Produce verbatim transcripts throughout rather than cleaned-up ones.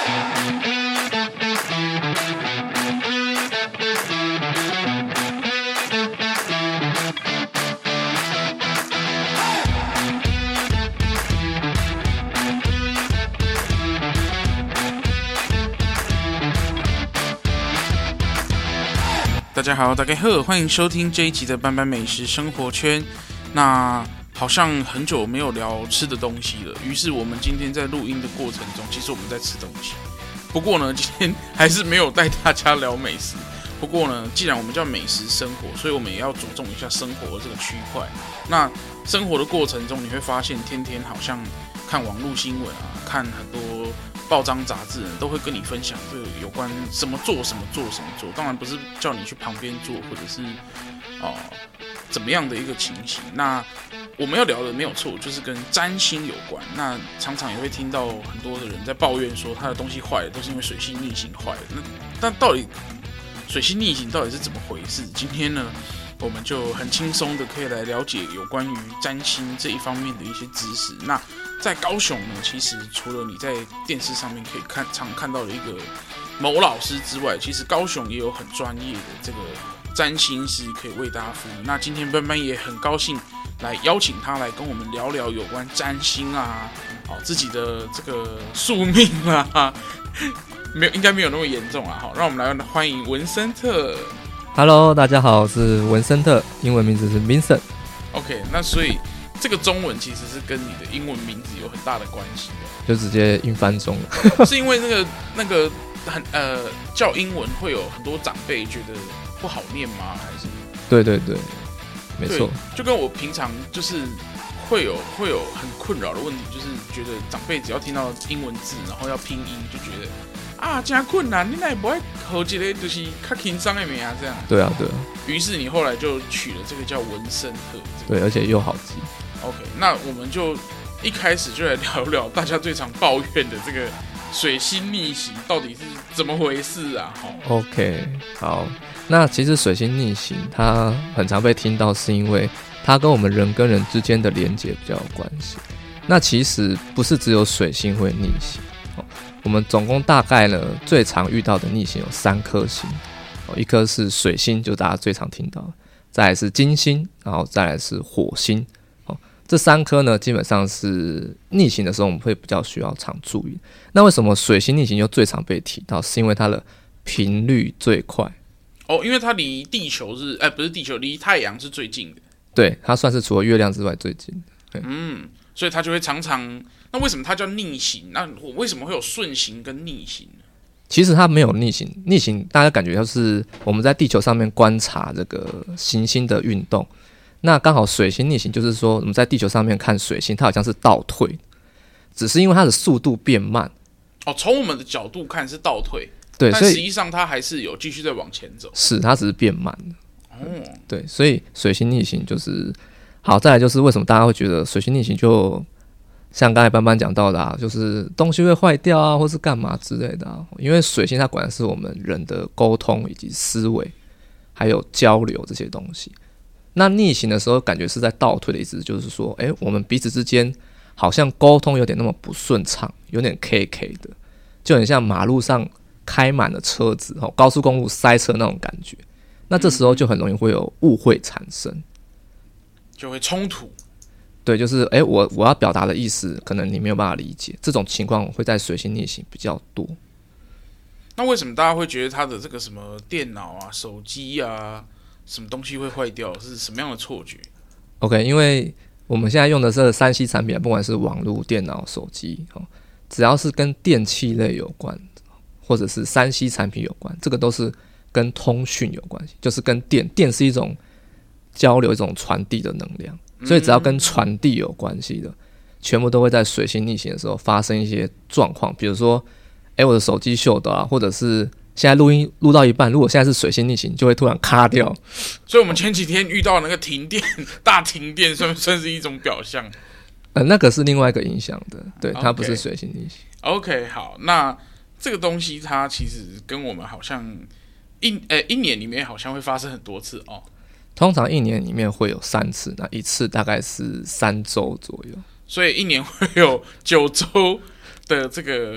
大家好，大家好，欢迎收听这一集的班班美食生活圈。那好像很久没有聊吃的东西了，于是我们今天在录音的过程中，其实我们在吃东西。不过呢，今天还是没有带大家聊美食。不过呢，既然我们叫美食生活，所以我们也要着重一下生活的这个区块。那生活的过程中，你会发现天天好像看网络新闻啊，看很多报章杂志都会跟你分享这个有关什么做什么做什么做，当然不是叫你去旁边做，或者是哦、呃、怎么样的一个情形。那我们要聊的没有错，就是跟占星有关。那常常也会听到很多的人在抱怨说，他的东西坏了都是因为水星逆行坏了。那但到底水星逆行到底是怎么回事？今天呢，我们就很轻松的可以来了解有关于占星这一方面的一些知识。那在高雄呢，其实除了你在电视上面可以看常看到的一个某老师之外，其实高雄也有很专业的这个占星师可以为大家服务。那今天班班也很高兴来邀请他来跟我们聊聊有关占星啊，好自己的这个宿命啊，没有应该没有那么严重啊。好，让我们来欢迎文森特。 Hello， 大家好，我是文森特，英文名字是 Vincent。OK， 那所以这个中文其实是跟你的英文名字有很大的关系的， 就直接英翻中了。 是因为那个那个很呃叫英文会有很多长辈觉得不好念吗？还是？ 对对对，没错。 就跟我平常就是会有会有很困扰的问题，就是觉得长辈只要听到英文字，然后要拼音，就觉得啊，真困难，你哪不会考一个就是较轻松的名啊？这样。 对啊，对啊。 于是你后来就取了这个叫文森特。 对，而且又好记。 OK， 那我们就一开始就来聊聊大家最常抱怨的这个水星逆行到底是怎么回事啊？ OK， 好，那其实水星逆行它很常被听到，是因为它跟我们人跟人之间的连结比较有关系。那其实不是只有水星会逆行，我们总共大概呢最常遇到的逆行有三颗星，一颗是水星，就大家最常听到的，再来是金星，然后再来是火星。这三颗呢，基本上是逆行的时候，我们会比较需要常注意。那为什么水星逆行又最常被提到？是因为它的频率最快。 哦，因为它离地球是，哎，不是地球，离太阳是最近的。 对，它算是除了月亮之外最近的。 嗯，所以它就会常常。那为什么它叫逆行？那我为什么会有顺行跟逆行呢？ 其实它没有逆行，逆行大家感觉就是我们在地球上面观察这个行星的运动。那刚好水星逆行就是说我们在地球上面看水星，它好像是倒退，只是因为它的速度变慢。 哦，从我们的角度看是倒退， 对， 但实际上它还是有继续在往前走。 是，它只是变慢了。 哦， 对，所以水星逆行就是好。再来就是为什么大家会觉得水星逆行就像刚才班班讲到的啊，就是东西会坏掉啊，或是干嘛之类的啊。因为水星它管的是我们人的沟通以及思维，还有交流这些东西。那逆行的时候，感觉是在倒退的意思，就是说，哎，我们彼此之间好像沟通有点那么不顺畅，有点 K K 的，就很像马路上开满了车子，高速公路塞车那种感觉。那这时候就很容易会有误会产生， 就会冲突。 对，就是哎，我我要表达的意思，可能你没有办法理解，这种情况会在水星逆行比较多。 那为什么大家会觉得他的这个什么电脑啊、手机啊？什么东西会坏掉？是什么样的错觉 ？OK， 因为我们现在用的是三 C 产品，不管是网络、电脑、手机，只要是跟电器类有关，或者是三 C 产品有关，这个都是跟通讯有关系，就是跟电，电是一种交流、一种传递的能量，所以只要跟传递有关系的，全部都会在水星逆行的时候发生一些状况，比如说，哎，我的手机锈掉啊，或者是现在录音录到一半，如果现在是水星逆行，就会突然卡掉。 所以我们前几天遇到那个停电，大停电，算不算是一种表象？ 呃，那个是另外一个影响的，对，它不是水星逆行。 OK， 好，那这个东西它其实跟我们好像一呃一年里面好像会发生很多次哦。 通常一年里面会有三次，那一次大概是三周左右， 所以一年会有九周的这个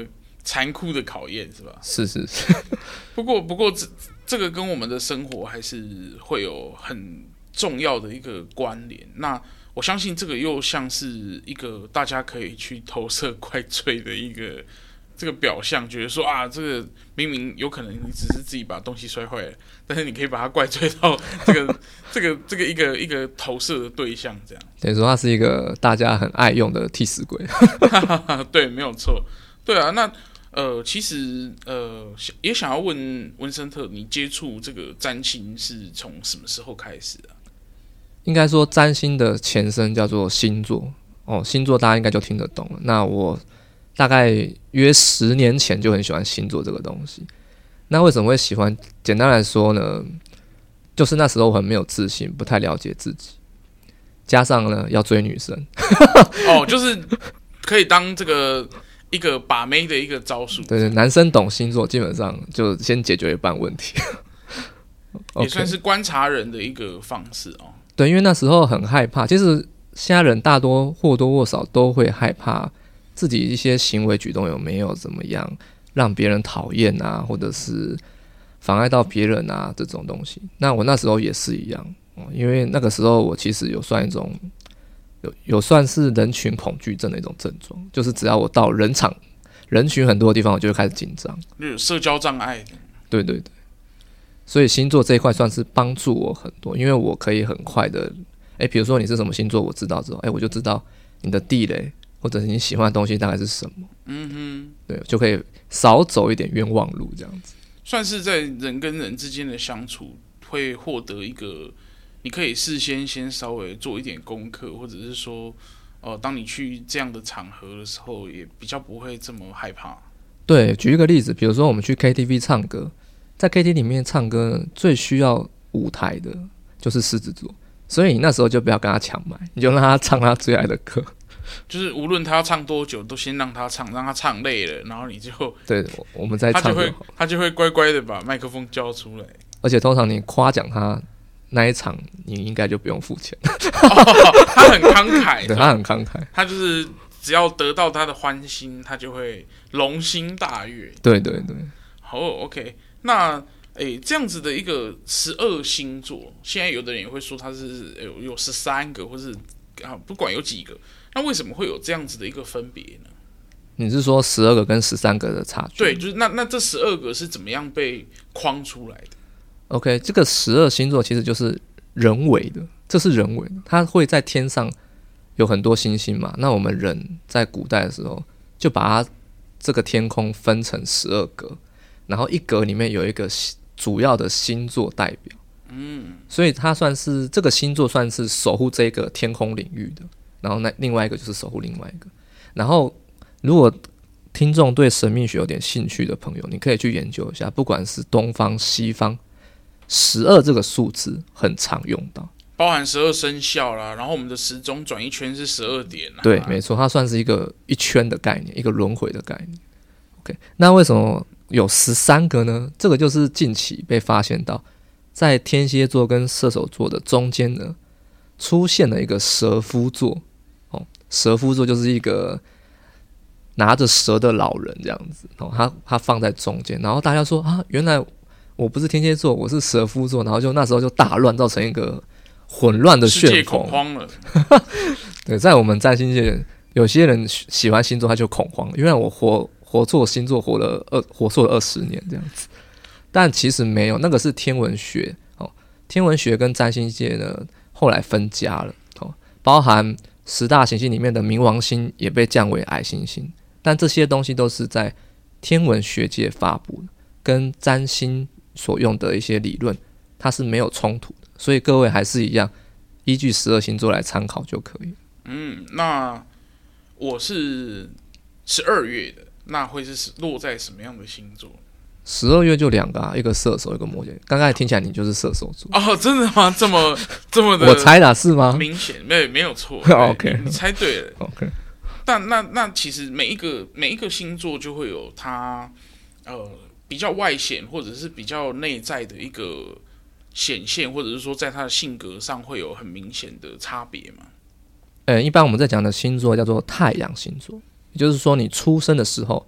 残酷的考验，是吧？ 是是是。 不过不过这这个跟我们的生活还是会有很重要的一个关联。那我相信这个又像是一个大家可以去投射怪罪的一个这个表象，觉得说啊，这个明明有可能你只是自己把东西摔坏了，但是你可以把它怪罪到这个这个这个一个一个投射的对象，这样等于说它是一个大家很爱用的替死鬼。 对，没有错。对啊，那呃，其实呃，也想要问文森特，你接触这个占星是从什么时候开始啊？ 应该说占星的前身叫做星座哦，星座大家应该就听得懂了。那我大概约十年前就很喜欢星座这个东西。那为什么会喜欢？简单来说呢，就是那时候我很没有自信，不太了解自己，加上呢要追女生。 哦，就是可以当这个一个把妹的一个招数。 对对，男生懂星座，基本上就先解决一半问题。 也算是观察人的一个方式哦。 对，因为那时候很害怕，其实现在人大多或多或少都会害怕自己一些行为举动有没有怎么样让别人讨厌啊，或者是妨碍到别人啊这种东西。那我那时候也是一样，因为那个时候我其实有算一种有有算是人群恐惧症的一种症状，就是只要我到人场人群很多的地方，我就会开始紧张， 就有社交障碍。 对对对。所以星座这一块算是帮助我很多，因为我可以很快的，哎，比如说你是什么星座，我知道之后，哎，我就知道你的地雷或者是你喜欢的东西大概是什么，嗯哼，对，就可以少走一点冤枉路，这样子。 算是在人跟人之间的相处，会获得一个，你可以事先先稍微做一点功课，或者是说，呃，当你去这样的场合的时候，也比较不会这么害怕。 对，举一个例子，比如说我们去 K T V 唱歌。在 K T V 里面唱歌最需要舞台的就是狮子座，所以你那时候就不要跟他抢麦，你就让他唱他最爱的歌， 就是无论他要唱多久，都先让他唱，让他唱累了，然后你就对，我们再唱就好， 他就会他就会乖乖的把麦克风交出来。 而且通常你夸奖他那一场，你应该就不用付钱。 哦，他很慷慨， 对，他很慷慨， 他就是只要得到他的欢心，他就会龙心大悦。 对对对， 好 ，OK。那诶，这样子的一个十二星座，现在有的人也会说它是有有十三个，或是啊不管有几个，那为什么会有这样子的一个分别呢？ 你是说十二个跟十三个的差距？ 对，就是那那这十二个是怎么样被框出来的 ？OK， 这个十二星座其实就是人为的，这是人为的，它会在天上有很多星星嘛。那我们人在古代的时候就把它这个天空分成十二格。然后一格里面有一个主要的星座代表，嗯，所以它算是这个星座算是守护这个天空领域的，然后那另外一个就是守护另外一个。然后如果听众对神秘学有点兴趣的朋友，你可以去研究一下，不管是东方西方，十二这个数字很常用到， 包含十二生肖啦，然后我们的时钟转一圈是十二点啦， 对，没错，它算是一个一圈的概念，一个轮回的概念。OK， 那为什么有十三个呢？这个就是近期被发现到，在天蝎座跟射手座的中间呢，出现了一个蛇夫座。哦，蛇夫座就是一个拿着蛇的老人这样子。哦，他他放在中间，然后大家说啊，原来我不是天蝎座，我是蛇夫座，然后就那时候就大乱，造成一个混乱的旋风，世界恐慌了。 对，在我们占星界，有些人喜欢星座，他就恐慌，因为我活。活错星座活了二活错了二十年这样子，但其实没有，那个是天文学哦。天文学跟占星界呢后来分家了哦，包含十大行星里面的冥王星也被降为矮行星，但这些东西都是在天文学界发布的，跟占星所用的一些理论它是没有冲突的，所以各位还是一样依据十二星座来参考就可以了。 嗯，那我是十二月的。那会是落在什么样的星座？ 十二月就两个啊，一个射手，一个摩羯。刚才听起来你就是射手座哦，真的吗？这么这么的？ 我猜的是吗？ 明显没有没有错。 OK， 你, 你猜对了。 OK， 但那那其实每一个每一个星座就会有它呃比较外显或者是比较内在的一个显现，或者是说在他的性格上会有很明显的差别嘛？ 呃，一般我们在讲的星座叫做太阳星座。也就是说，你出生的时候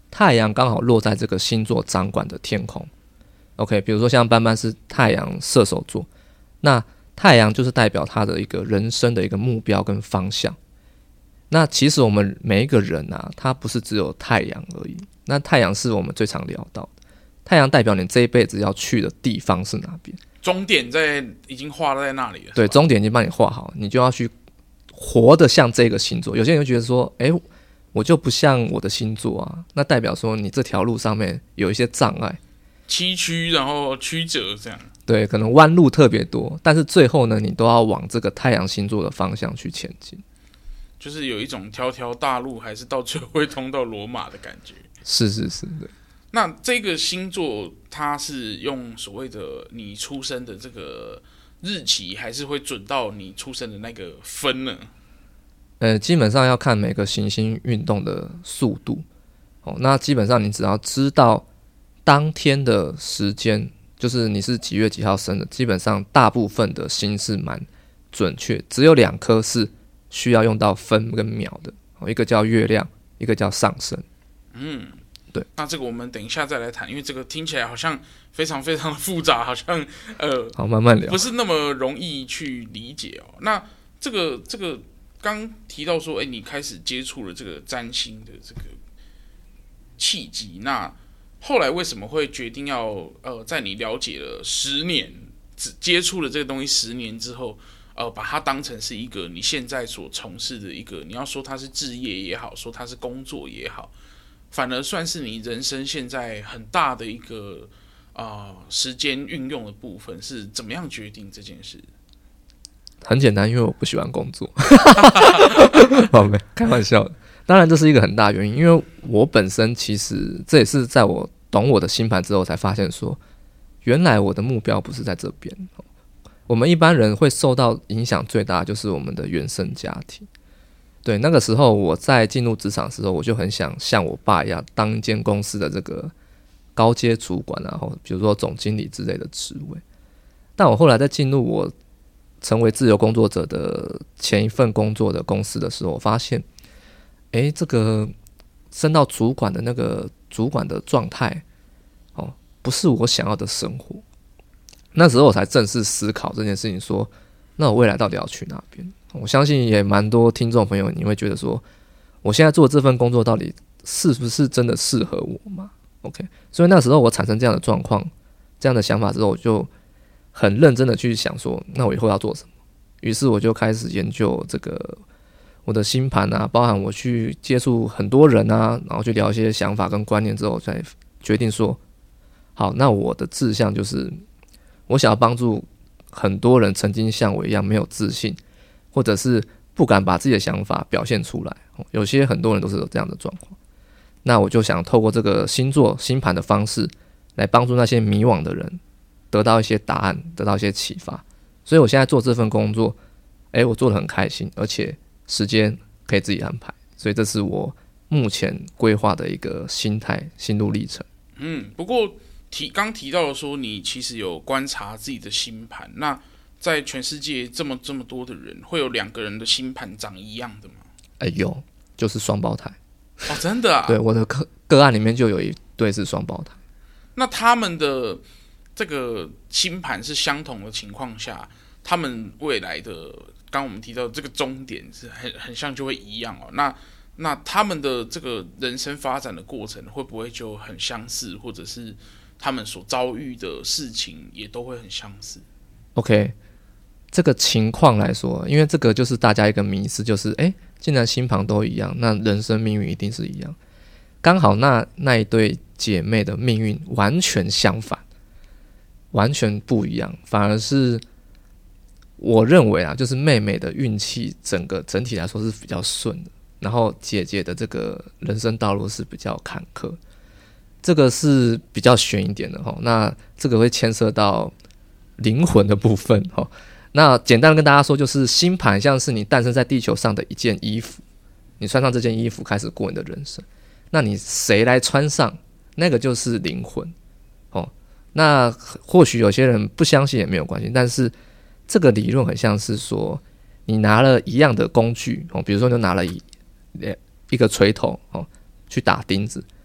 太阳刚好落在这个星座掌管的天空。OK， 比如说像班班是太阳射手座，那太阳就是代表他的一个人生的一个目标跟方向。那其实我们每一个人啊，他不是只有太阳而已。那太阳是我们最常聊到的，太阳代表你这一辈子要去的地方是哪边， 终点在已经画在那里了。 对，终点已经帮你画好，你就要去活得像这个星座。有些人就觉得说，哎，我就不像我的星座啊，那代表说你这条路上面有一些障碍。 崎岖，然后曲折，这样对，可能弯路特别多，但是最后呢，你都要往这个太阳星座的方向去前进， 就是有一种条条大路，还是到最后会通到罗马的感觉。 是是是，对。 那这个星座它是用所谓的你出生的这个日期，还是会准到你出生的那个分呢？ 呃，基本上要看每个行星运动的速度。哦，那基本上你只要知道当天的时间，就是你是几月几号生的，基本上大部分的星是蛮准确，只有两颗是需要用到分跟秒的，一个叫月亮，一个叫上升。 嗯， 对。 那这个我们等一下再来谈，因为这个听起来好像非常非常的复杂，好像呃， 好慢慢聊， 不是那么容易去理解哦。那这个这个刚提到说，哎，你开始接触了这个占星的这个契机，那后来为什么会决定要呃，在你了解了十年，接触了这个东西十年之后，呃，把它当成是一个你现在所从事的一个，你要说它是志业也好，说它是工作也好，反而算是你人生现在很大的一个啊、呃、时间运用的部分，是怎么样决定这件事？ 很简单，因为我不喜欢工作。好，没开玩笑的。当然这是一个很大原因，因为我本身其实这也是在我懂我的星盘之后才发现说，原来我的目标不是在这边。我们一般人会受到影响最大的就是我们的原生家庭。对，那个时候我在进入职场的时候，我就很想像我爸一样，当一间公司的这个高阶主管，然后比如说总经理之类的职位。但我后来在进入我成为自由工作者的前一份工作的公司的时候，我发现诶，这个升到主管的那个主管的状态，哦，不是我想要的生活。那时候我才正式思考这件事情说，那我未来到底要去哪边？我相信也蛮多听众朋友你会觉得说，我现在做这份工作到底是不是真的适合我吗 ？OK， 所以那时候我产生这样的状况、这样的想法之后，我就很认真的去想说，那我以后要做什么？于是我就开始研究这个我的星盘啊，包含我去接触很多人啊，然后去聊一些想法跟观念之后，才决定说，好，那我的志向就是我想要帮助很多人曾经像我一样没有自信，或者是不敢把自己的想法表现出来。有些很多人都是有这样的状况。那我就想透过这个星座星盘的方式，来帮助那些迷惘的人得到一些答案，得到一些启发。所以我现在做这份工作，诶，我做得很开心，而且时间可以自己安排。所以这是我目前规划的一个心态心路历程。 嗯，不过提刚提到的说，你其实有观察自己的星盘，那在全世界这么这么多的人，会有两个人的星盘长一样的吗？ 哎，有，就是双胞胎。 哦，真的啊？ 对，我的个个案里面就有一对是双胞胎。 那他们的这个星盘是相同的情况下，他们未来的刚我们提到这个终点是很很像就会一样哦。那那他们的这个人生发展的过程会不会就很相似，或者是他们所遭遇的事情也都会很相似 ？OK， 这个情况来说，因为这个就是大家一个迷思，就是哎，既然星盘都一样，那人生命运一定是一样。刚好那那一对姐妹的命运完全相反，完全不一样，反而是我认为啊，就是妹妹的运气整个整体来说是比较顺的，然后姐姐的这个人生道路是比较坎坷，这个是比较悬一点的齁。那这个会牵涉到灵魂的部分齁。那简单的跟大家说，就是星盘像是你诞生在地球上的一件衣服，你穿上这件衣服开始过你的人生，那你谁来穿上，那个就是灵魂哦。那或许有些人不相信也没有关系，但是这个理论很像是说，你拿了一样的工具哦，比如说你就拿了一一个锤头哦去打钉子，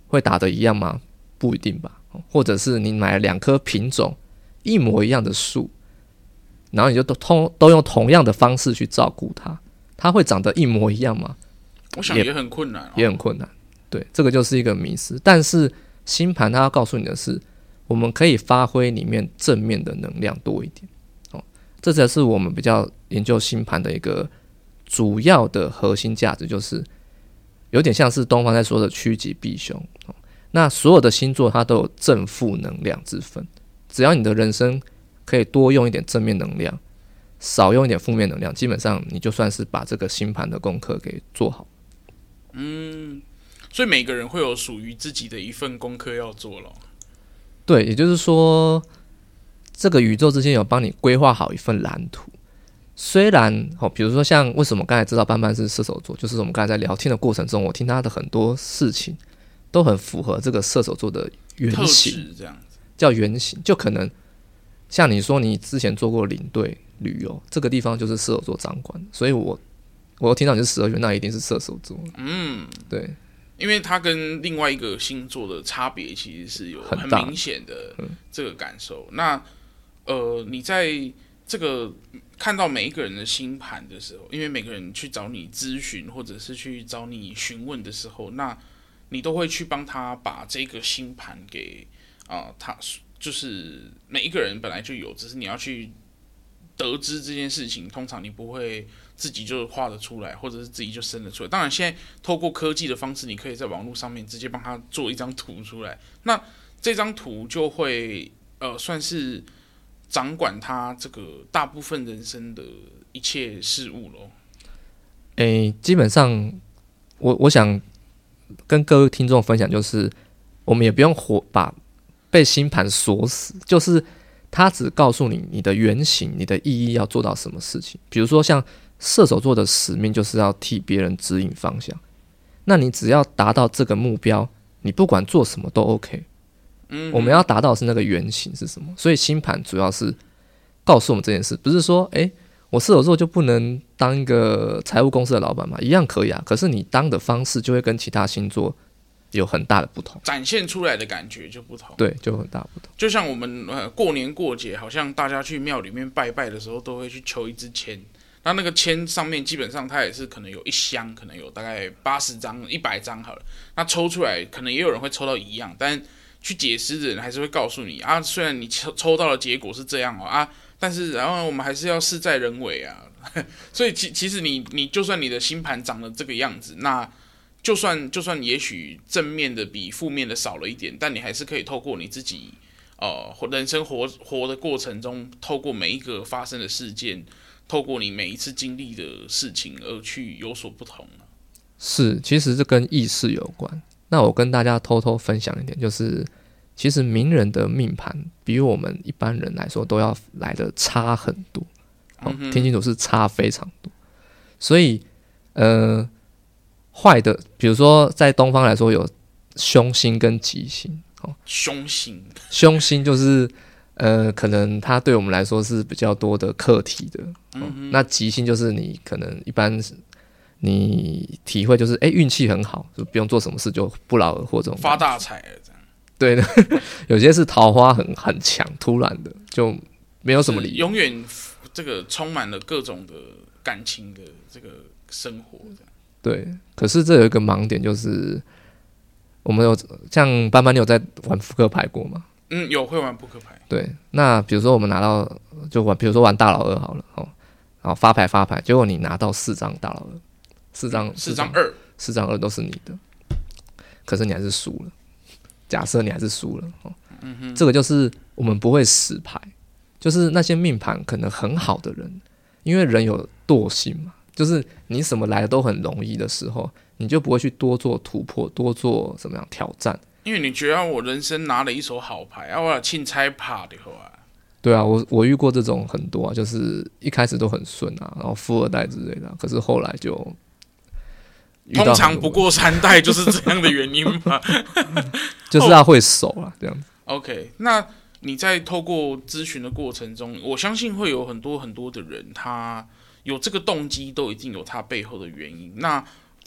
会打得一样吗？不一定吧。或者是你买了两棵品种一模一样的树，然后你就都通都用同样的方式去照顾它，它会长得一模一样吗？ 我想也很困难、哦， 也很困难。对，这个就是一个迷思。但是星盘它要告诉你的是，我们可以发挥里面正面的能量多一点。哦，这才是我们比较研究星盘的一个主要的核心价值，就是有点像是东方在说的趋吉避凶。哦，那所有的星座它都有正负能量之分，只要你的人生可以多用一点正面能量，少用一点负面能量，基本上你就算是把这个星盘的功课给做好。 嗯，所以每个人会有属于自己的一份功课要做了。 对，也就是说，这个宇宙之间有帮你规划好一份蓝图。虽然哦，比如说像为什么刚才知道班班是射手座，就是我们刚才在聊天的过程中，我听他的很多事情都很符合这个射手座的原型， 这样子叫原型。就可能像你说，你之前做过领队旅游，这个地方就是射手座掌管，所以我我听到你是十二月，那一定是射手座。 嗯， 对。 因为它跟另外一个星座的差别其实是有很明显的这个感受。那呃，你在这个看到每一个人的星盘的时候，因为每个人去找你咨询或者是去找你询问的时候，那你都会去帮他把这个星盘给啊、呃，他就是每一个人本来就有，只是你要去得知这件事情，通常你不会自己就画得出来，或者是自己就生得出来。当然，现在透过科技的方式，你可以在网络上面直接帮他做一张图出来。那这张图就会呃算是掌管他这个大部分人生的一切事物咯。 诶，基本上我我想跟各位听众分享，就是我们也不用活把被星盘锁死，就是它只告诉你你的原型、你的意义要做到什么事情。比如说像射手座的使命就是要替别人指引方向，那你只要达到这个目标，你不管做什么都 OK。嗯，我们要达到的是那个原型是什么，所以星盘主要是告诉我们这件事，不是说诶我射手座就不能当一个财务公司的老板嘛，一样可以啊。可是你当的方式就会跟其他星座有很大的不同， 展现出来的感觉就不同。 对，就很大不同。 就像我们呃过年过节，好像大家去庙里面拜拜的时候，都会去求一支签。那那个签上面基本上它也是可能有一箱，可能有大概八十张、一百张好了。那抽出来，可能也有人会抽到一样，但去解释的人还是会告诉你啊，虽然你抽抽到的结果是这样哦啊，但是然后我们还是要事在人为啊。所以其其实你你就算你的星盘长得这个样子，那就算就算也许正面的比负面的少了一点，但你还是可以透过你自己呃人生活活的过程中，透过每一个发生的事件，透过你每一次经历的事情而去有所不同。 是，其实这跟意识有关。那我跟大家偷偷分享一点，就是其实名人的命盘比我们一般人来说都要来的差很多。哦，听清楚，是差非常多。所以呃坏的，比如说在东方来说有凶星跟吉星。哦， 凶星凶星就是呃可能它对我们来说是比较多的课题的。哦，那吉星就是你可能一般你体会就是哎运气很好，就不用做什么事就不劳而获这种发大财了这样。 对的，有些是桃花很很强，突然的就没有什么理由， 永远这个充满了各种的感情的这个生活这样。 对，可是这有一个盲点，就是我们有像班班，你有在玩扑克牌过吗？ 嗯，有，会玩扑克牌。 对，那比如说我们拿到就玩，比如说玩大老二好了，哦，然后发牌发牌，结果你拿到四张大老二，四张四张二， 四张二都是你的，可是你还是输了。假设你还是输了，哦，嗯哼，这个就是我们不会死牌，就是那些命盘可能很好的人，因为人有惰性嘛，就是你什么来的都很容易的时候，你就不会去多做突破，多做怎么样挑战。 因为你觉得我人生拿了一手好牌，啊，我钦差怕的后啊。 对啊，我我遇过这种很多啊，就是一开始都很顺啊，然后富二代之类的，啊，可是后来就通常不过三代就是这样的原因嘛。 就是要会守啊，这样子。 OK， 那你在透过咨询的过程中，我相信会有很多很多的人，他有这个动机，都一定有他背后的原因。那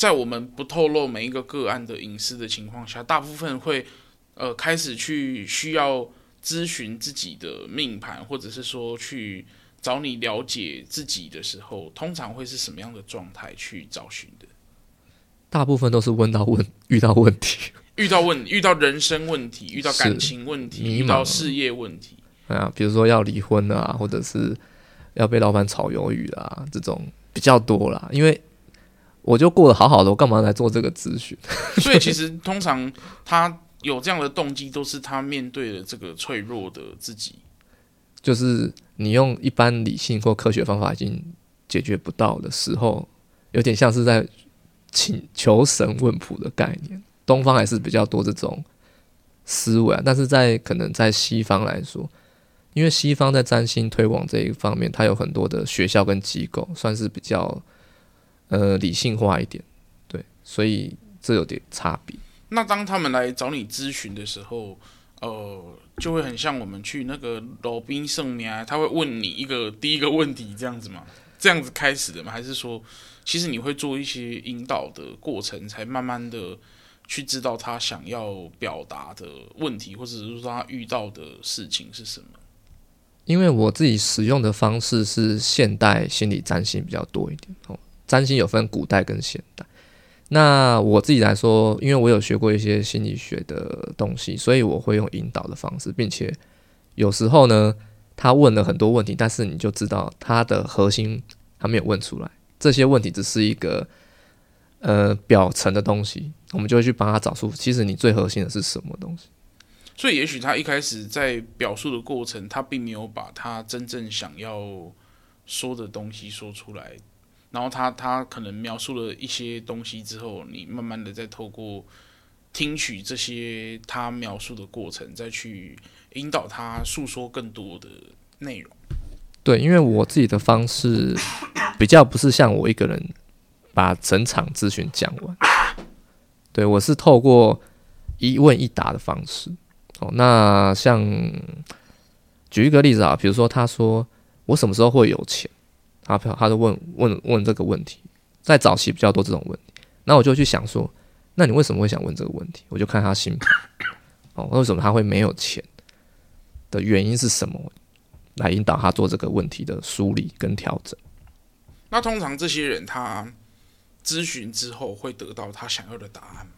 在我们不透露每一个个案的隐私的情况下，大部分会呃开始去需要咨询自己的命盘，或者是说去找你了解自己的时候，通常会是什么样的状态去找寻的？ 大部分都是问到问遇到问题， 遇到问遇到人生问题，遇到感情问题，遇到事业问题。 哎呀，比如说要离婚啊，或者是要被老板炒鱿鱼啊，这种比较多啦。因为我就过得好好的，我干嘛来做这个咨询？ 所以其实通常他有这样的动机，都是他面对了这个脆弱的自己。 就是你用一般理性或科学方法已经解决不到的时候，有点像是在请求神问卜的概念。东方还是比较多这种思维啊，但是在可能在西方来说，因为西方在占星推广这一方面，它有很多的学校跟机构，算是比较呃理性化一点，对，所以这有点差别。 那当他们来找你咨询的时候，呃，就会很像我们去那个路边算命，他会问你一个第一个问题这样子吗？这样子开始的吗？还是说，其实你会做一些引导的过程，才慢慢的去知道他想要表达的问题，或者是说他遇到的事情是什么？ 因为我自己使用的方式是现代心理占星比较多一点哦，占星有分古代跟现代。那我自己来说，因为我有学过一些心理学的东西，所以我会用引导的方式，并且有时候呢，他问了很多问题，但是你就知道他的核心他没有问出来，这些问题只是一个呃表层的东西，我们就会去帮他找出，其实你最核心的是什么东西。 所以也许他一开始在表述的过程，他并没有把他真正想要说的东西说出来。然后他他可能描述了一些东西之后，你慢慢的再透过听取这些他描述的过程，再去引导他诉说更多的内容。 对，因为我自己的方式比较不是像我一个人把整场咨询讲完，对，我是透过一问一答的方式。哦，那像举一个例子啊，比如说他说我什么时候会有钱？他他就问问问这个问题，在早期比较多这种问题，那我就去想说，那你为什么会想问这个问题？我就看他星盘，哦，为什么他会没有钱的原因是什么，来引导他做这个问题的梳理跟调整。 那通常这些人他咨询之后会得到他想要的答案吗？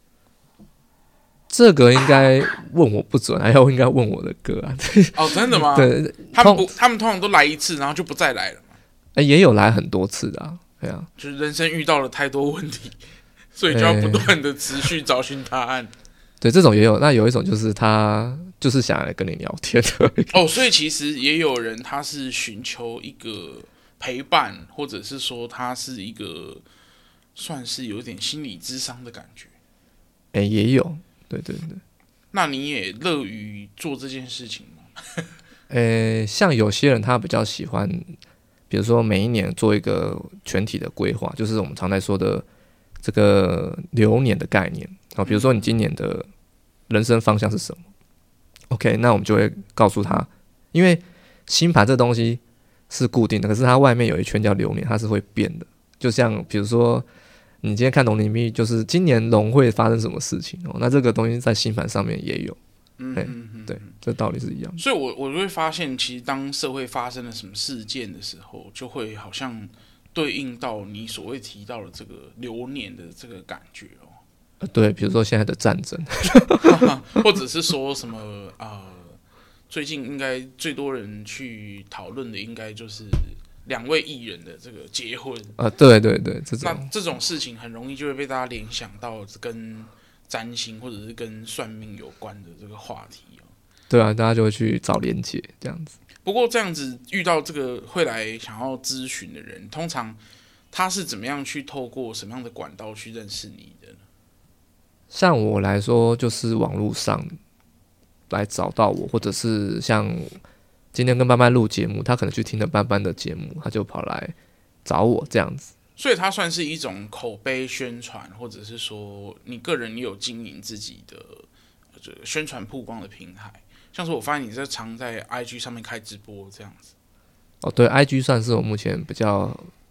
这个应该问我不准，还要应该问我的个案。 哦，真的吗？ 对， 他们不，他们通常都来一次，然后就不再来了嘛。 欸、也有来很多次的啊，对啊， 就是人生遇到了太多问题，所以就要不断的持续找寻答案。欸、 对，这种也有。那有一种就是他就是想来跟你聊天的。 哦，所以其实也有人他是寻求一个陪伴，或者是说他是一个算是有点心理諮商的感觉。 哎、欸，也有。对对对， 那你也乐于做这件事情吗？ 呃，像有些人他比较喜欢，比如说每一年做一个全体的规划，就是我们常在说的这个流年的概念啊。比如说你今年的人生方向是什么 ？OK， 那我们就会告诉他，因为星盘这东西是固定的，可是它外面有一圈叫流年，它是会变的。就像比如说。你今天看龙年命，就是今年龙会发生什么事情哦？那这个东西在星盘上面也有，嗯嗯嗯，对，这道理是一样的。 所以我我就会发现，其实当社会发生了什么事件的时候，就会好像对应到你所谓提到的这个流年的这个感觉哦。 呃，对，比如说现在的战争， 或者是说什么呃，最近应该最多人去讨论的，应该就是两位艺人的这个结婚啊，对对对，这种那这种事情很容易就会被大家联想到跟占星或者是跟算命有关的这个话题哦。 对啊，大家就会去找连结这样子。 不过这样子遇到这个会来想要咨询的人，通常他是怎么样去透过什么样的管道去认识你的呢？ 像我来说，就是网络上来找到我，或者是像。今天跟班班录节目，他可能去听了班班的节目，他就跑来找我这样子。 所以它算是一种口碑宣传，或者是说你个人也有经营自己的这个宣传曝光的平台。像是我发现你在常在 I G 上面开直播这样子。 哦，对 ，I G 算是我目前比较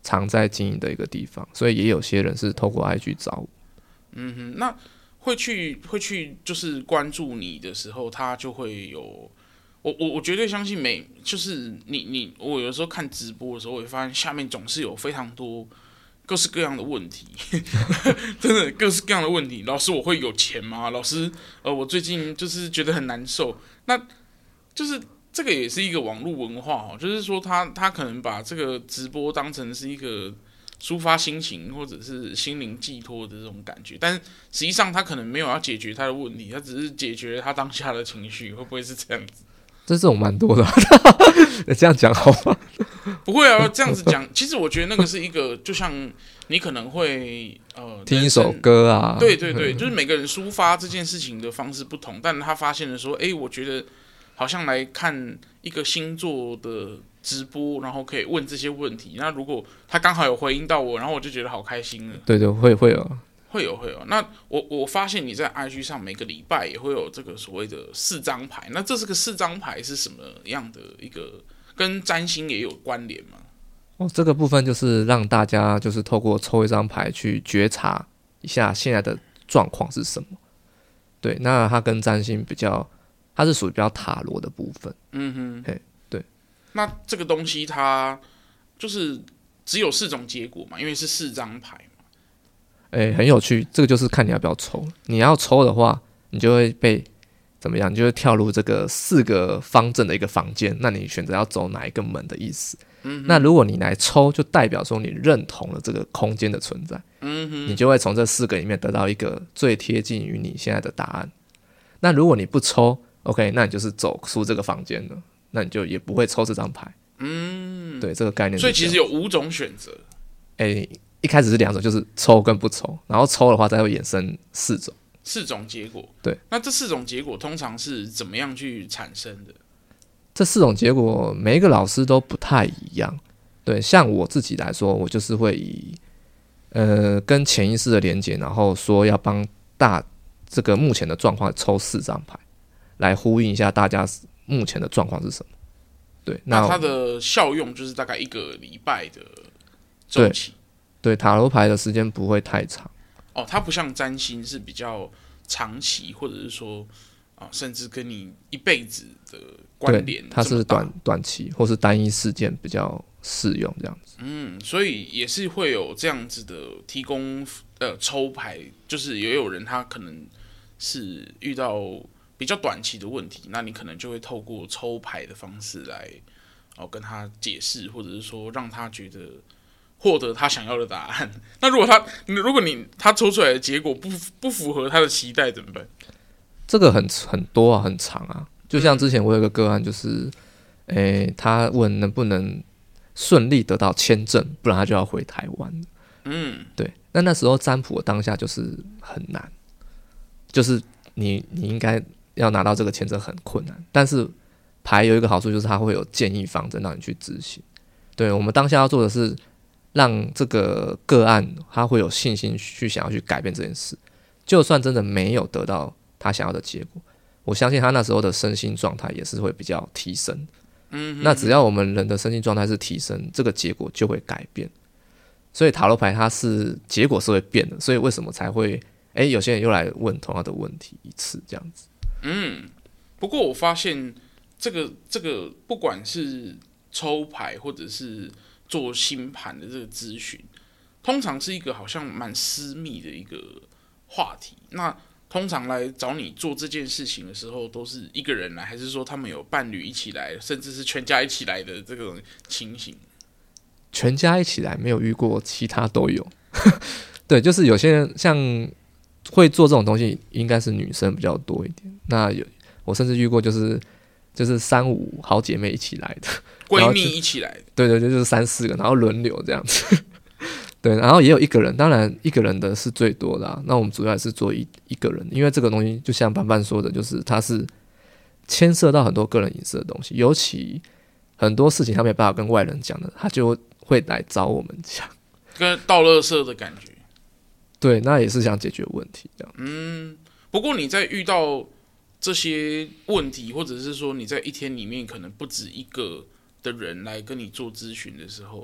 常在经营的一个地方，所以也有些人是透过 I G 找我。 嗯哼，那会去会去就是关注你的时候，他就会有。我我我绝对相信每就是你你我有时候看直播的时候，我会发现下面总是有非常多各式各样的问题，真的各式各样的问题。老师，我会有钱吗？老师，呃，我最近就是觉得很难受。那就是这个也是一个网络文化哦，就是说他他可能把这个直播当成是一个抒发心情或者是心灵寄托的这种感觉，但实际上他可能没有要解决他的问题，他只是解决他当下的情绪，会不会是这样子？ 这种蛮多的，这样讲好吗？ 不会啊，这样子讲，其实我觉得那个是一个，就像你可能会呃听一首歌啊， 对对对，就是每个人抒发这件事情的方式不同，但他发现了说，哎，我觉得好像来看一个星座的直播，然后可以问这些问题。那如果他刚好有回应到我，然后我就觉得好开心了。 对对，会会有。 会有会有，那我我发现你在 I G 上每个礼拜也会有这个所谓的四张牌，那这是个四张牌是什么样的一个，跟占星也有关联吗？ 哦，这个部分就是让大家就是透过抽一张牌去觉察一下现在的状况是什么。对，那它跟占星比较，它是属于比较塔罗的部分。 嗯哼， 嘿，对。 那这个东西它就是只有四种结果嘛，因为是四张牌。 诶、欸，很有趣，这个就是看你要不要抽。你要抽的话，你就会被怎么样？你就会跳入这个四个方阵的一个房间。那你选择要走哪一个门的意思？嗯、那如果你来抽，就代表说你认同了这个空间的存在。嗯、你就会从这四个里面得到一个最贴近于你现在的答案。那如果你不抽 ，OK， 那你就是走出这个房间了，那你就也不会抽这张牌。嗯，对，这个概念是这样。 所以其实有五种选择。 诶、欸。一开始是两种，就是抽跟不抽，然后抽的话再会衍生四种， 四种结果。 对， 那这四种结果通常是怎么样去产生的？ 这四种结果每一个老师都不太一样。对，像我自己来说，我就是会以呃跟潜意识的连结，然后说要帮大这个目前的状况抽四张牌，来呼应一下大家目前的状况是什么。对，那, 那它的效用就是大概一个礼拜的周期。 对，塔罗牌的时间不会太长哦，它不像占星是比较长期，或者是说啊，甚至跟你一辈子的关联。 它是短短期或是单一事件比较适用这样子。 嗯，所以也是会有这样子的提供呃抽牌，就是也有人他可能是遇到比较短期的问题，那你可能就会透过抽牌的方式来哦跟他解释，或者是说让他觉得。获得他想要的答案。那如果他，如果你他抽出来的结果不不符合他的期待怎么办？ 这个很很多啊，很长啊。就像之前我有个个案，就是，诶、欸，他问能不能顺利得到签证，不然他就要回台湾。嗯，对。那那时候占卜的当下就是很难，就是你你应该要拿到这个签证很困难。但是牌有一个好处，就是它会有建议方针让你去执行。对，我们当下要做的是。让这个个案他会有信心去想要去改变这件事，就算真的没有得到他想要的结果，我相信他那时候的身心状态也是会比较提升。嗯，那只要我们人的身心状态是提升，这个结果就会改变。所以塔罗牌它是结果是会变的，所以为什么才会哎、欸、有些人又来问同样的问题一次这样子？ 嗯，不过我发现这个这个不管是抽牌或者是。做星盘的这个咨询，通常是一个好像蛮私密的一个话题。那通常来找你做这件事情的时候，都是一个人来，还是说他们有伴侣一起来，甚至是全家一起来的这种情形？ 全家一起来没有遇过，其他都有。对，就是有些人像会做这种东西，应该是女生比较多一点。那有我甚至遇过，就是就是三五好姐妹一起来的。 闺蜜一起来的， 对对对，就是三四个，然后轮流这样子。对，然后也有一个人，当然一个人的是最多的、啊。那我们主要还是做一一个人，因为这个东西就像班班说的，就是它是牵涉到很多个人隐私的东西，尤其很多事情他没办法跟外人讲的，他就会来找我们讲， 跟倒垃圾的感觉。 对，那也是想解决问题这样。 嗯，不过你在遇到这些问题，或者是说你在一天里面可能不止一个。的人来跟你做咨询的时候，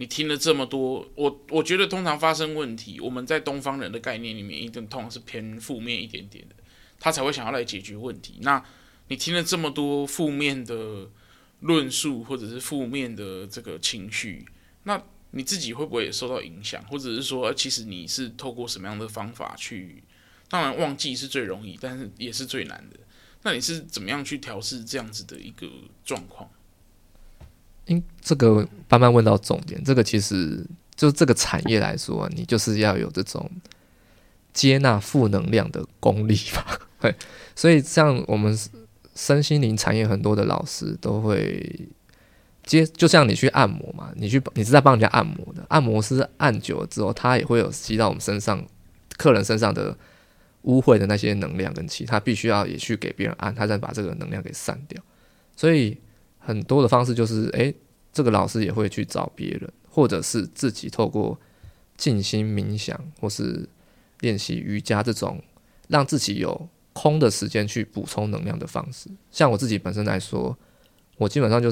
你听了这么多，我我觉得通常发生问题，我们在东方人的概念里面，一定通常是偏负面一点点的，他才会想要来解决问题。那你听了这么多负面的论述，或者是负面的这个情绪，那你自己会不会也受到影响？或者是说，其实你是透过什么样的方法去？当然，忘记是最容易，但是也是最难的。那你是怎么样去调试这样子的一个状况？ 因这个慢慢问到重点，这个其实就这个产业来说，你就是要有这种接纳负能量的功力吧。对，所以像我们身心灵产业很多的老师都会接，就像你去按摩嘛，你去你是在帮人家按摩的，按摩师按久了之后，他也会有吸到我们身上客人身上的污秽的那些能量跟气，他必须要也去给别人按，他再把这个能量给散掉。所以很多的方式就是，诶，这个老师也会去找别人，或者是自己透过静心冥想，或是练习瑜伽这种，让自己有空的时间去补充能量的方式。像我自己本身来说，我基本上就是，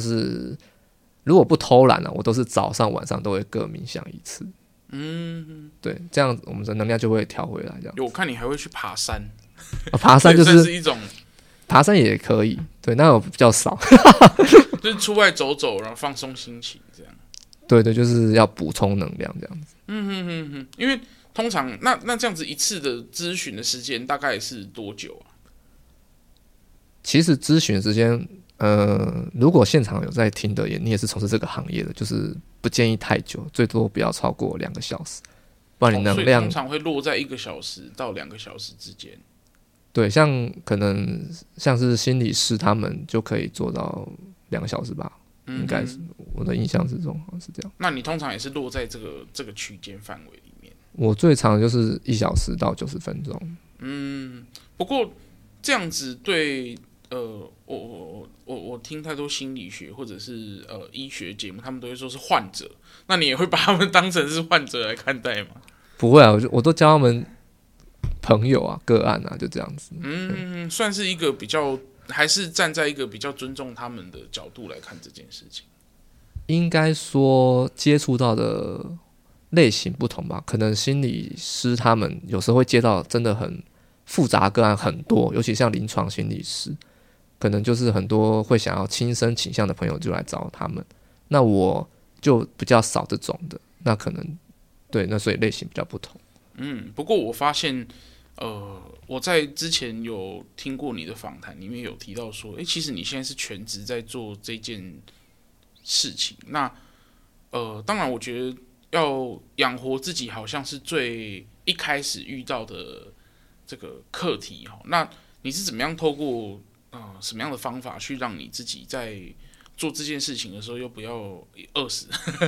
如果不偷懒啊，我都是早上晚上都会各冥想一次。嗯，对，这样我们的能量就会调回来。这样， 我看你还会去爬山， 啊、爬山就是是一种。 爬山也可以，对，那我比较少， 就是出外走走，然后放松心情，这样。 对对，就是要补充能量这样子。 嗯哼哼哼，因为通常那那这样子一次的咨询的时间大概是多久啊？ 其实咨询时间，呃，如果现场有在听的，也你也是从事这个行业的，就是不建议太久，最多不要超过两个小时，不然你能量、 哦、通常会落在一个小时到两个小时之间。 对，像可能像是心理师，他们就可以做到两个小时吧，嗯、应该是我的印象之中好像是这样。 那你通常也是落在这个这个区间范围里面？ 我最长就是一小时到九十分钟。 嗯，不过这样子对，呃，我我我我听太多心理学或者是呃医学节目，他们都会说是患者，那你也会把他们当成是患者来看待吗？ 不会啊，我我都教他们。朋友啊，个案啊，就这样子。 嗯，算是一个比较，还是站在一个比较尊重他们的角度来看这件事情。 应该说接触到的类型不同吧，可能心理师他们有时候会接到真的很复杂个案很多，尤其像临床心理师，可能就是很多会想要轻生倾向的朋友就来找他们。那我就比较少这种的，那可能对，那所以类型比较不同。 嗯，不过我发现，呃，我在之前有听过你的访谈，里面有提到说，哎、欸，其实你现在是全职在做这件事情。那，呃，当然，我觉得要养活自己，好像是最一开始遇到的这个课题哈。那你是怎么样透过呃什么样的方法去让你自己在做这件事情的时候，又不要饿死？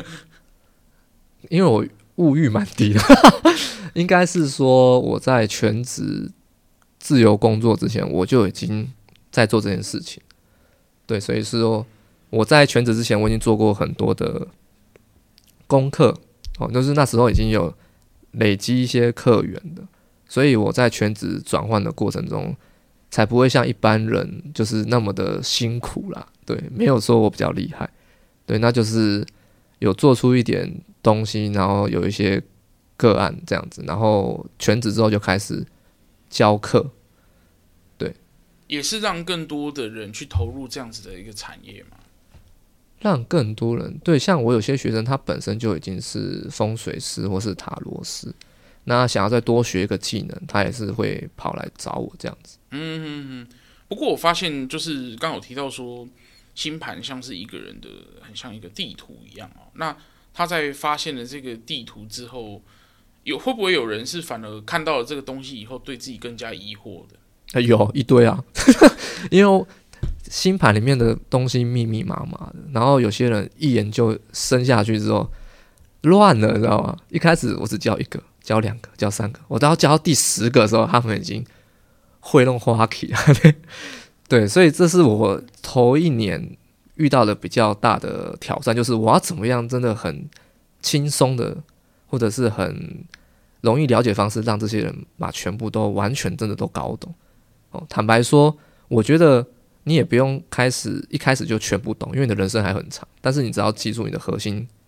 因为我物欲蛮低的。应该是说我在全职自由工作之前，我就已经在做这件事情。对，所以是说我在全职之前，我已经做过很多的功课，哦，就是那时候已经有累积一些客源的，所以我在全职转换的过程中，才不会像一般人就是那么的辛苦啦。对，没有说我比较厉害，对，那就是有做出一点东西，然后有一些个案这样子，然后全职之后就开始教课，对， 也是让更多的人去投入这样子的一个产业嘛。 让更多人对，像我有些学生，他本身就已经是风水师或是塔罗师，那想要再多学一个技能，他也是会跑来找我这样子。 嗯哼哼。不过我发现，就是刚有提到说，星盘像是一个人的，很像一个地图一样哦。那他在发现了这个地图之后，有会不会有人是反而看到了这个东西以后，对自己更加疑惑的？ 欸、有一堆啊，因为星盘里面的东西密密麻麻的，然后有些人一研究深下去之后乱了，你知道吗？一开始我只教一个，教两个，教三个，我到教到第十个的时候，他们已经会弄花旗了。对，所以这是我头一年遇到的比较大的挑战，就是我要怎么样真的很轻松的，或者是很容易了解方式，让这些人把全部都完全真的都搞懂。哦，坦白说，我觉得你也不用开始一开始就全部懂，因为你的人生还很长。但是你只要记住你的核心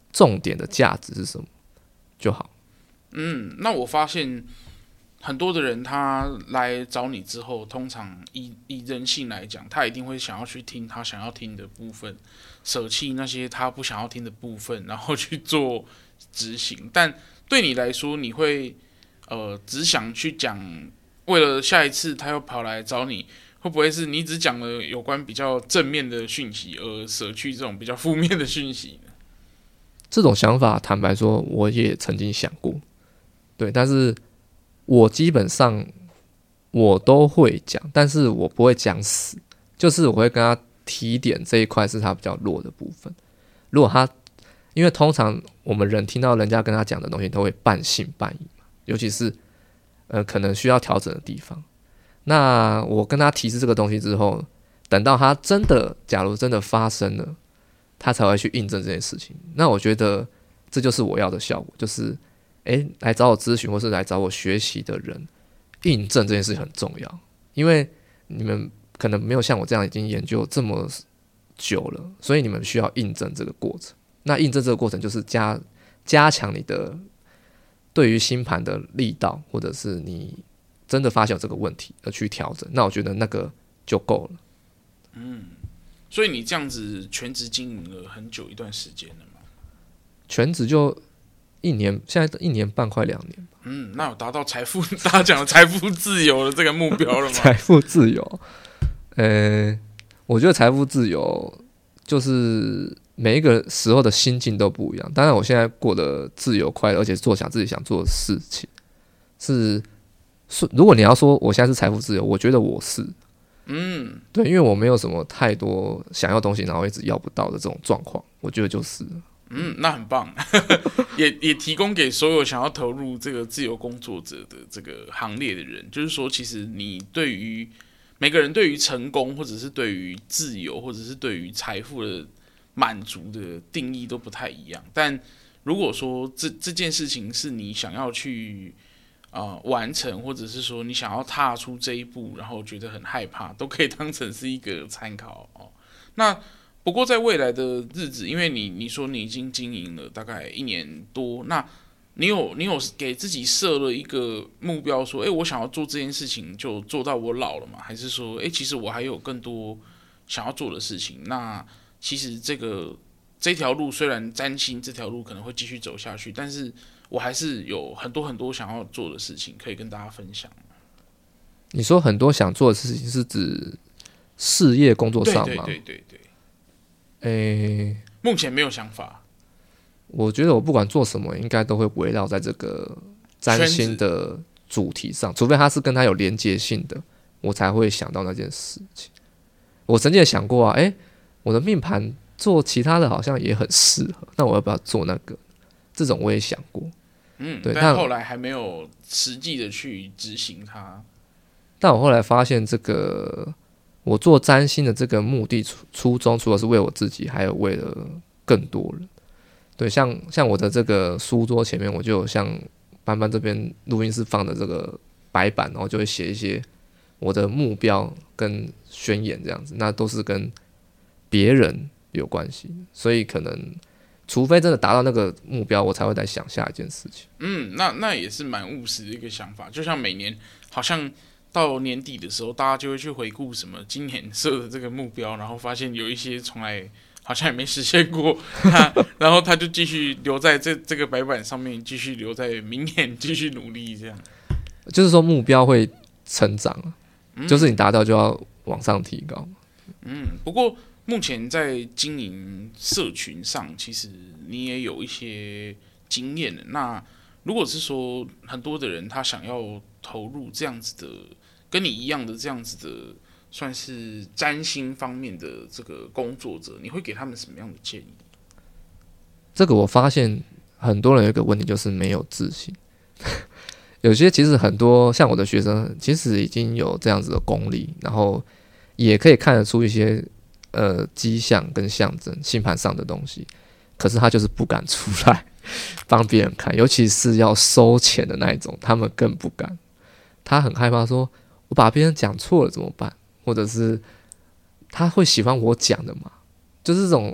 重点的价值是什么就好。 嗯，那我发现很多的人他来找你之后，通常以以人性来讲，他一定会想要去听他想要听的部分，舍弃那些他不想要听的部分，然后去做执行。但对你来说，你会呃只想去讲，为了下一次他又跑来找你，会不会是你只讲了有关比较正面的讯息，而舍去这种比较负面的讯息呢？ 这种想法，坦白说，我也曾经想过，对，但是我基本上我都会讲，但是我不会讲死，就是我会跟他提点这一块是他比较弱的部分。如果他，因为通常我们人听到人家跟他讲的东西，都会半信半疑嘛，尤其是呃可能需要调整的地方。那我跟他提示这个东西之后，等到他真的，假如真的发生了，他才会去印证这件事情。那我觉得这就是我要的效果，就是诶，来找我咨询或是来找我学习的人，印证这件事很重要，因为你们可能没有像我这样已经研究这么久了，所以你们需要印证这个过程。那印证这个过程就是加加强你的对于星盘的力道，或者是你真的发现有这个问题而去调整。那我觉得那个就够了。 嗯，所以你这样子全职经营了很久一段时间了吗？ 全职就一年，现在一年半快两年吧。 嗯，那有达到财富大家讲的财富自由的这个目标了吗？ 财富自由，呃，我觉得财富自由就是每一个时候的心境都不一样。当然，我现在过得自由快乐，而且做想自己想做的事情，是如果你要说我现在是财富自由，我觉得我是。 嗯， 对，因为我没有什么太多想要东西，然后一直要不到的这种状况，我觉得就是。 嗯，那很棒，也也提供给所有想要投入这个自由工作者的这个行列的人，就是说，其实你对于每个人对于成功，或者是对于自由，或者是对于财富的满足的定义都不太一样。但如果说这这件事情是你想要去啊、呃、完成，或者是说你想要踏出这一步，然后觉得很害怕，都可以当成是一个参考哦。那不过在未来的日子，因为你你说你已经经营了大概一年多，那你有你有给自己设了一个目标，说，哎，我想要做这件事情就做到我老了吗？还是说，哎，其实我还有更多想要做的事情？那其实这个这条路虽然占星这条路可能会继续走下去，但是我还是有很多很多想要做的事情可以跟大家分享。 你说很多想做的事情是指事业工作上吗？ 对对对对对。 诶， 目前没有想法。 我觉得我不管做什么，应该都会围绕在这个占星的主题上，除非它是跟它有连接性的，我才会想到那件事情。我曾经也想过啊，诶，我的命盘做其他的好像也很适合，那我要不要做那个？这种我也想过， 嗯， 对， 但后来还没有实际的去执行它。 但我后来发现这个。我做占星的这个目的初衷，除了是为我自己，还有为了更多人。对，像像我的这个书桌前面，我就有像班班这边录音室放的这个白板，然后就会写一些我的目标跟宣言这样子，那都是跟别人有关系，所以可能除非真的达到那个目标，我才会再想下一件事情。 嗯，那那也是蛮务实的一个想法，就像每年好像。到年底的时候，大家就会去回顾什么今年设的这个目标，然后发现有一些从来好像也没实现过，然后他就继续留在这这个白板上面，继续留在明年继续努力，这样。 就是说目标会成长，嗯、就是你达到就要往上提高。 嗯，不过目前在经营社群上，其实你也有一些经验的。那如果是说很多的人他想要投入这样子的。跟你一样的这样子的，算是占星方面的这个工作者，你会给他们什么样的建议？ 这个我发现很多人有一个问题，就是没有自信。有些其实很多像我的学生，其实已经有这样子的功力，然后也可以看得出一些呃迹象跟象征星盘上的东西，可是他就是不敢出来帮别人看，尤其是要收钱的那一种，他们更不敢。他很害怕说。我把别人讲错了怎么办？或者是他会喜欢我讲的嘛？就是这种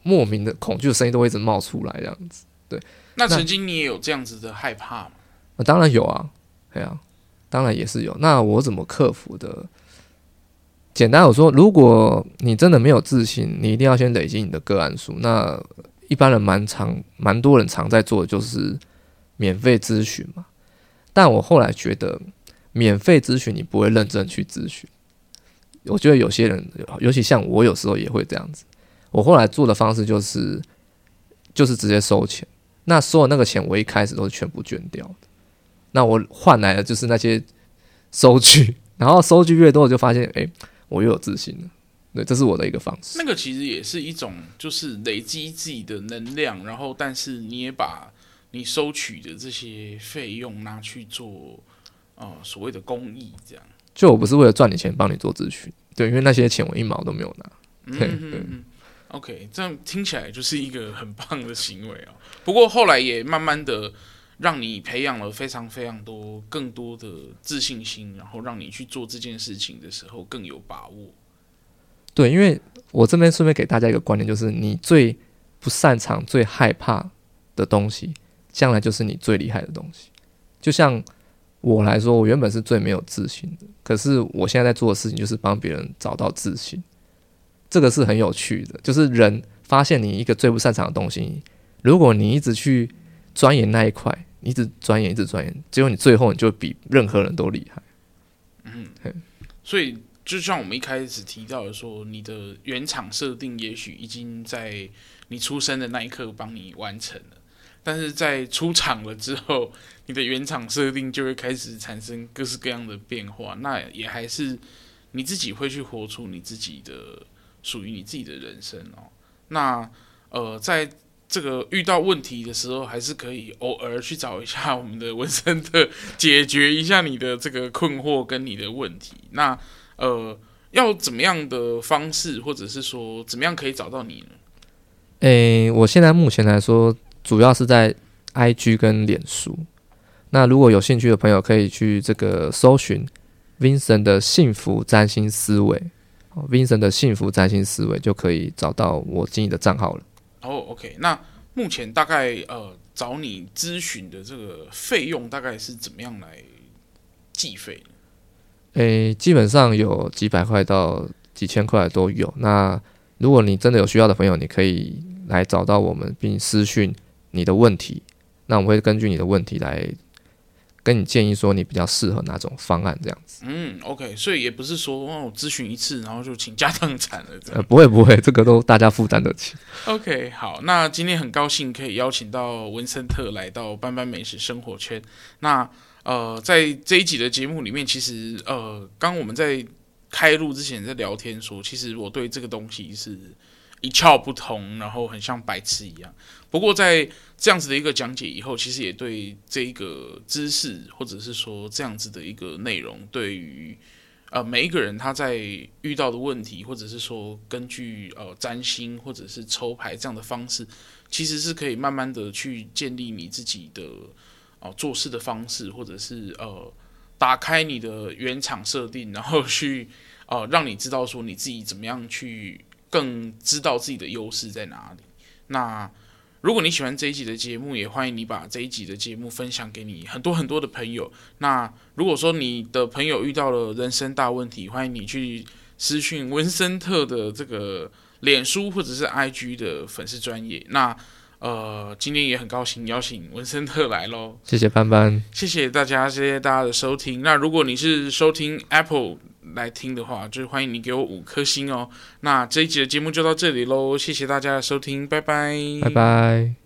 莫名的恐惧的声音都会一直冒出来这样子。对， 那曾经你也有这样子的害怕吗？ 呃、当然有啊，对啊，当然也是有。那我怎么克服的？简单我说，如果你真的没有自信，你一定要先累积你的个案数。那一般人蛮常、蛮多人常在做的就是免费咨询嘛。但我后来觉得，免费咨询你不会认真去咨询。我觉得有些人，尤其像我，有时候也会这样子。我后来做的方式就是，就是直接收钱。那收的那个钱，我一开始都是全部捐掉的。那我换来的就是那些收据，然后收据越多，我就发现，哎、欸。我又有自信了，对，这是我的一个方式。 那个其实也是一种，就是累积自己的能量，然后但是你也把你收取的这些费用拿去做呃所谓的公益，这样。 就我不是为了赚你钱帮你做咨询，对，因为那些钱我一毛都没有拿。对嗯嗯嗯 OK， 这样听起来就是一个很棒的行为啊。不过后来也慢慢的让你培养了非常非常多更多的自信心，然后让你去做这件事情的时候更有把握。 对，因为我这边顺便给大家一个观念，就是你最不擅长、最害怕的东西，将来就是你最厉害的东西。就像我来说，我原本是最没有自信的，可是我现在在做的事情就是帮别人找到自信，这个是很有趣的。就是人发现你一个最不擅长的东西，如果你一直去钻研那一块，一直钻研，一直钻研，结果你最后你就比任何人都厉害。 嗯，所以就像我们一开始提到的说，你的原厂设定也许已经在你出生的那一刻帮你完成了，但是在出厂了之后，你的原厂设定就会开始产生各式各样的变化。那也还是你自己会去活出你自己的属于你自己的人生哦。那呃，在这个遇到问题的时候，还是可以偶尔去找一下我们的文森特，解决一下你的这个困惑跟你的问题。那呃，要怎么样的方式，或者是说怎么样可以找到你呢？ 诶，我现在目前来说，主要是在 I G 跟脸书。那如果有兴趣的朋友，可以去这个搜寻 Vincent 的幸福占星思维 ，Vincent 的幸福占星思维就可以找到我经营的账号了。 哦、oh, ，OK， 那目前大概呃找你咨询的这个费用大概是怎么样来计费呢？ 诶，基本上有几百块到几千块都有。那如果你真的有需要的朋友，你可以来找到我们，并私讯你的问题。那我们会根据你的问题来跟你建议说你比较适合哪种方案这样子。 嗯 ，OK， 所以也不是说哦，我咨询一次然后就倾家荡产了这样。 呃，不会不会，这个都大家负担得起。 OK， 好，那今天很高兴可以邀请到文森特来到班班美食生活圈。那呃，在这一集的节目里面，其实呃，刚我们在开录之前在聊天说，其实我对这个东西是一窍不通，然后很像白痴一样。不过在这样子的一个讲解以后，其实也对这一个知识，或者是说这样子的一个内容，对于呃每一个人他在遇到的问题，或者是说根据呃占星或者是抽牌这样的方式，其实是可以慢慢的去建立你自己的呃做事的方式，或者是呃打开你的原厂设定，然后去呃让你知道说你自己怎么样去更知道自己的优势在哪里。那如果你喜欢这一集的节目，也欢迎你把这一集的节目分享给你很多很多的朋友。那如果说你的朋友遇到了人生大问题，欢迎你去私讯文森特的这个脸书或者是 I G 的粉丝专页。那呃，今天也很高兴邀请文森特来咯， 谢谢班班， 谢谢大家，谢谢大家的收听。那如果你是收听 Apple 来听的话，就是欢迎你给我五颗星哦。那这一集的节目就到这里咯，谢谢大家的收听，拜拜， 拜拜。